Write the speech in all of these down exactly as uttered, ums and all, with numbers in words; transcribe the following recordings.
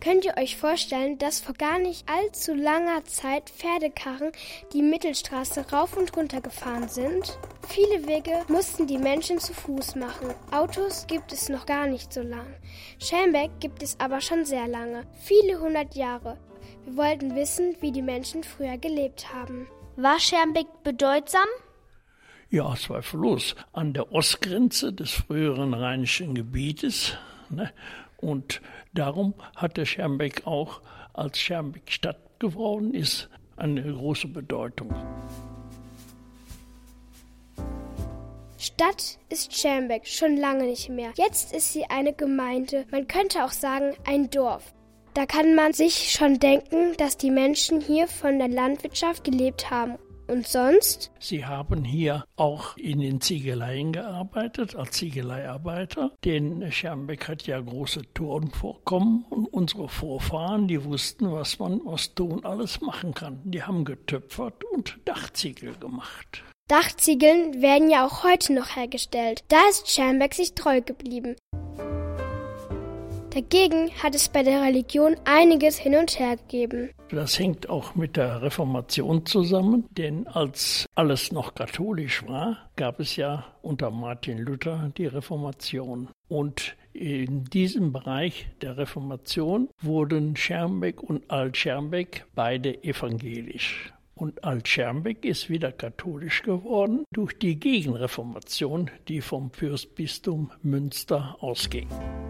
Könnt ihr euch vorstellen, dass vor gar nicht allzu langer Zeit Pferdekarren die Mittelstraße rauf und runter gefahren sind? Viele Wege mussten die Menschen zu Fuß machen. Autos gibt es noch gar nicht so lang. Schermbeck gibt es aber schon sehr lange, viele hundert Jahre. Wir wollten wissen, wie die Menschen früher gelebt haben. War Schermbeck bedeutsam? Ja, zweifellos. An der Ostgrenze des früheren rheinischen Gebietes, ne? Und darum hatte Schermbeck auch, als Schermbeck Stadt geworden ist, eine große Bedeutung. Stadt ist Schermbeck schon lange nicht mehr. Jetzt ist sie eine Gemeinde, man könnte auch sagen ein Dorf. Da kann man sich schon denken, dass die Menschen hier von der Landwirtschaft gelebt haben. Und sonst? Sie haben hier auch in den Ziegeleien gearbeitet, als Ziegeleiarbeiter. Denn Schermbeck hat ja große Tonvorkommen und unsere Vorfahren, die wussten, was man aus Ton alles machen kann. Die haben getöpfert und Dachziegel gemacht. Dachziegeln werden ja auch heute noch hergestellt. Da ist Schermbeck sich treu geblieben. Dagegen hat es bei der Religion einiges hin und her gegeben. Das hängt auch mit der Reformation zusammen, denn als alles noch katholisch war, gab es ja unter Martin Luther die Reformation. Und in diesem Bereich der Reformation wurden Schermbeck und Alt-Schermbeck beide evangelisch. Und Alt-Schermbeck ist wieder katholisch geworden durch die Gegenreformation, die vom Fürstbistum Münster ausging.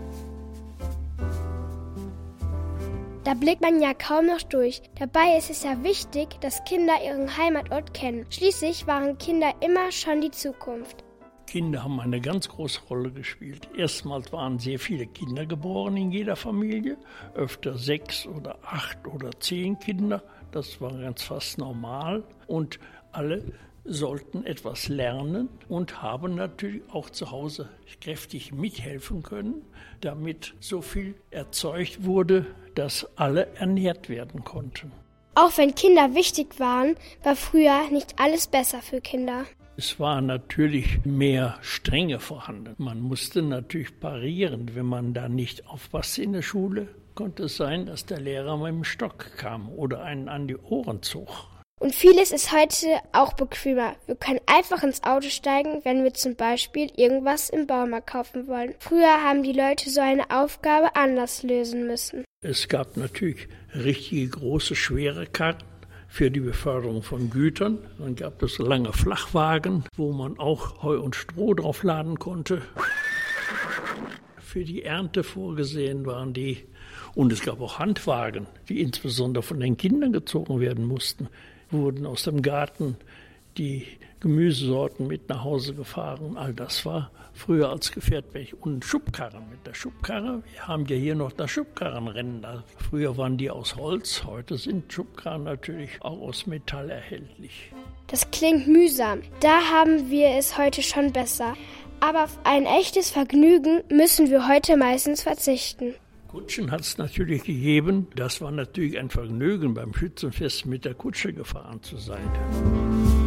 Da blickt man ja kaum noch durch. Dabei ist es ja wichtig, dass Kinder ihren Heimatort kennen. Schließlich waren Kinder immer schon die Zukunft. Kinder haben eine ganz große Rolle gespielt. Erstmals waren sehr viele Kinder geboren in jeder Familie, öfter sechs oder acht oder zehn Kinder. Das war ganz fast normal und alle sollten etwas lernen und haben natürlich auch zu Hause kräftig mithelfen können, damit so viel erzeugt wurde, dass alle ernährt werden konnten. Auch wenn Kinder wichtig waren, war früher nicht alles besser für Kinder. Es war natürlich mehr Strenge vorhanden. Man musste natürlich parieren, wenn man da nicht aufpasste in der Schule, konnte es sein, dass der Lehrer mit dem Stock kam oder einen an die Ohren zog. Und vieles ist heute auch bequemer. Wir können einfach ins Auto steigen, wenn wir zum Beispiel irgendwas im Baumarkt kaufen wollen. Früher haben die Leute so eine Aufgabe anders lösen müssen. Es gab natürlich richtige große, schwere Karren für die Beförderung von Gütern. Dann gab es lange Flachwagen, wo man auch Heu und Stroh drauf laden konnte. Für die Ernte vorgesehen waren die. Und es gab auch Handwagen, die insbesondere von den Kindern gezogen werden mussten. Wurden aus dem Garten die Gemüsesorten mit nach Hause gefahren. All das war früher als Gefährtweg. Und Schubkarren mit der Schubkarre. Wir haben ja hier noch das Schubkarrenrennen. Früher waren die aus Holz, heute sind Schubkarren natürlich auch aus Metall erhältlich. Das klingt mühsam. Da haben wir es heute schon besser. Aber auf ein echtes Vergnügen müssen wir heute meistens verzichten. Kutschen hat es natürlich gegeben. Das war natürlich ein Vergnügen, beim Schützenfest mit der Kutsche gefahren zu sein.